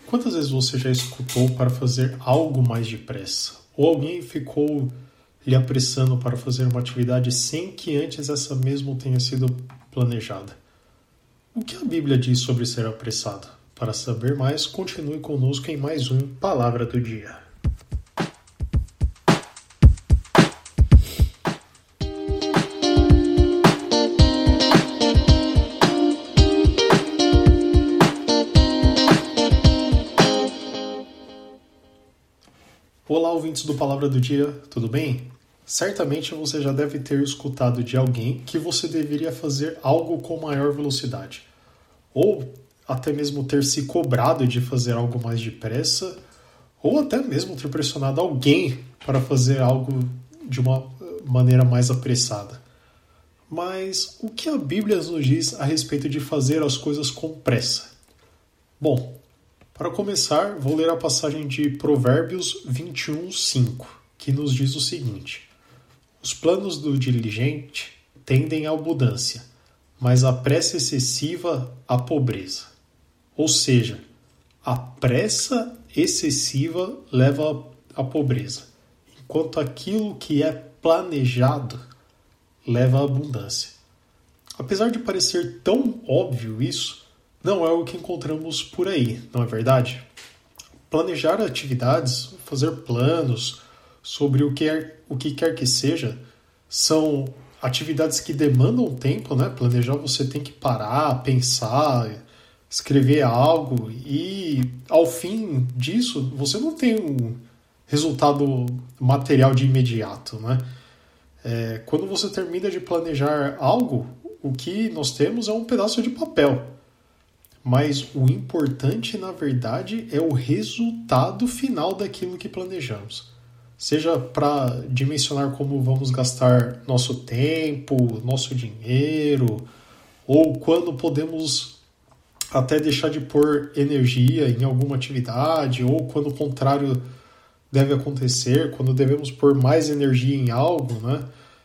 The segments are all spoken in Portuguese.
Quantas vezes você já escutou para fazer algo mais depressa? Ou alguém ficou lhe apressando para fazer uma atividade sem que antes essa mesma tenha sido planejada? O que a Bíblia diz sobre ser apressado? Para saber mais, continue conosco em mais um Palavra do Dia. Olá, ouvintes do Palavra do Dia, tudo bem? Certamente você já deve ter escutado de alguém que você deveria fazer algo com maior velocidade. Ou até mesmo ter se cobrado de fazer algo mais depressa, ou até mesmo ter pressionado alguém para fazer algo de uma maneira mais apressada. Mas o que a Bíblia nos diz a respeito de fazer as coisas com pressa? Bom, para começar, vou ler a passagem de Provérbios 21:5, que nos diz o seguinte: os planos do diligente tendem à abundância, mas a pressa excessiva à pobreza. Ou seja, a pressa excessiva leva à pobreza, enquanto aquilo que é planejado leva à abundância. Apesar de parecer tão óbvio isso, não é o que encontramos por aí, não é verdade? Planejar atividades, fazer planos sobre o que quer que seja, são atividades que demandam tempo, né? Planejar você tem que parar, pensar, escrever algo e ao fim disso você não tem um resultado material de imediato, né? Quando você termina de planejar algo, o que nós temos é um pedaço de papel. Mas o importante, na verdade, é o resultado final daquilo que planejamos. Seja para dimensionar como vamos gastar nosso tempo, nosso dinheiro, ou quando podemos até deixar de pôr energia em alguma atividade, ou quando o contrário deve acontecer, quando devemos pôr mais energia em algo, né?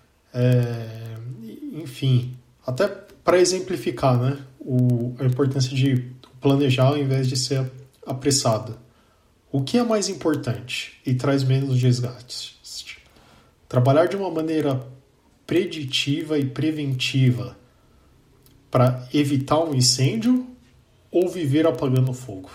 Enfim, até para exemplificar, né? A importância de planejar ao invés de ser apressado. O que é mais importante e traz menos desgaste? Trabalhar de uma maneira preditiva e preventiva para evitar um incêndio ou viver apagando fogo?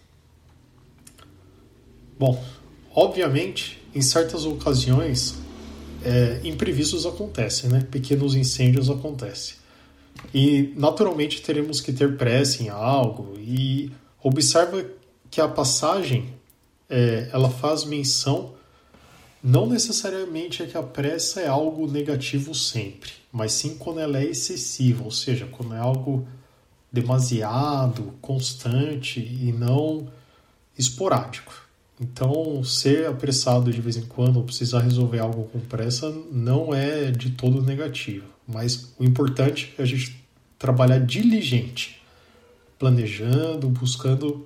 Bom, obviamente, em certas ocasiões, imprevistos acontecem, né? Pequenos incêndios acontecem. E naturalmente teremos que ter pressa em algo, e observa que a passagem ela faz menção não necessariamente que a pressa é algo negativo sempre, mas sim quando ela é excessiva, ou seja, quando é algo demasiado, constante e não esporádico. Então, ser apressado de vez em quando ou precisar resolver algo com pressa não é de todo negativo. Mas o importante é a gente trabalhar diligente, planejando, buscando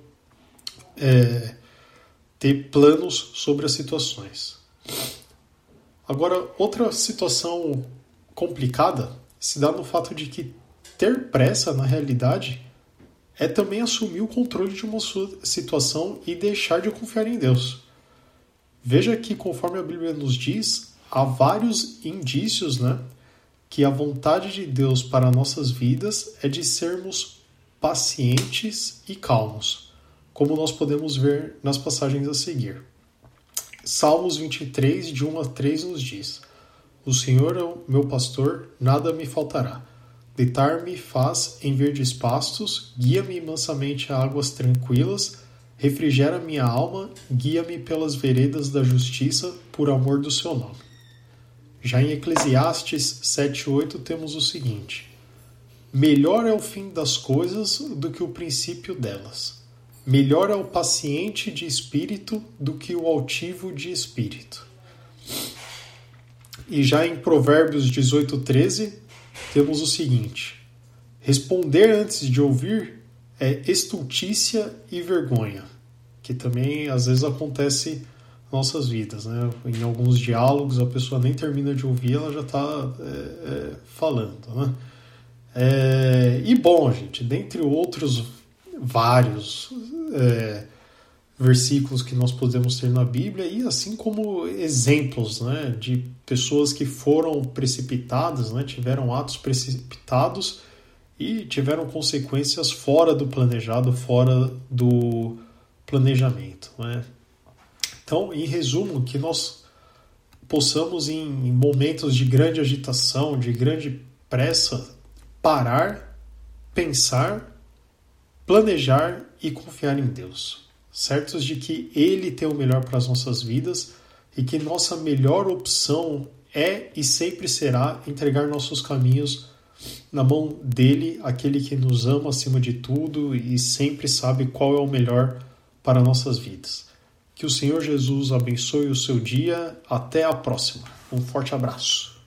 ter planos sobre as situações. Agora, outra situação complicada se dá no fato de que ter pressa, na realidade, é também assumir o controle de uma sua situação e deixar de confiar em Deus. Veja que, conforme a Bíblia nos diz, há vários indícios, né, que a vontade de Deus para nossas vidas é de sermos pacientes e calmos, como nós podemos ver nas passagens a seguir. Salmos 23, de 1 a 3 nos diz: o Senhor é o meu pastor, nada me faltará. Deitar-me faz em verdes pastos, guia-me mansamente a águas tranquilas, refrigera minha alma, guia-me pelas veredas da justiça, por amor do seu nome. Já em Eclesiastes 7:8 temos o seguinte: melhor é o fim das coisas do que o princípio delas. Melhor é o paciente de espírito do que o altivo de espírito. E já em Provérbios 18:13 temos o seguinte: responder antes de ouvir é estultícia e vergonha, que também às vezes acontece em nossas vidas, né? Em alguns diálogos a pessoa nem termina de ouvir, ela já está falando, né? E bom, gente, dentre outros vários versículos que nós podemos ter na Bíblia e assim como exemplos, né, de pessoas que foram precipitadas, né, tiveram atos precipitados e tiveram consequências fora do planejado, fora do planejamento, né? Então, em resumo, que nós possamos em momentos de grande agitação, de grande pressa, parar, pensar, planejar e confiar em Deus, certos de que Ele tem o melhor para as nossas vidas e que nossa melhor opção é e sempre será entregar nossos caminhos na mão dele, aquele que nos ama acima de tudo e sempre sabe qual é o melhor para nossas vidas. Que o Senhor Jesus abençoe o seu dia. Até a próxima. Um forte abraço.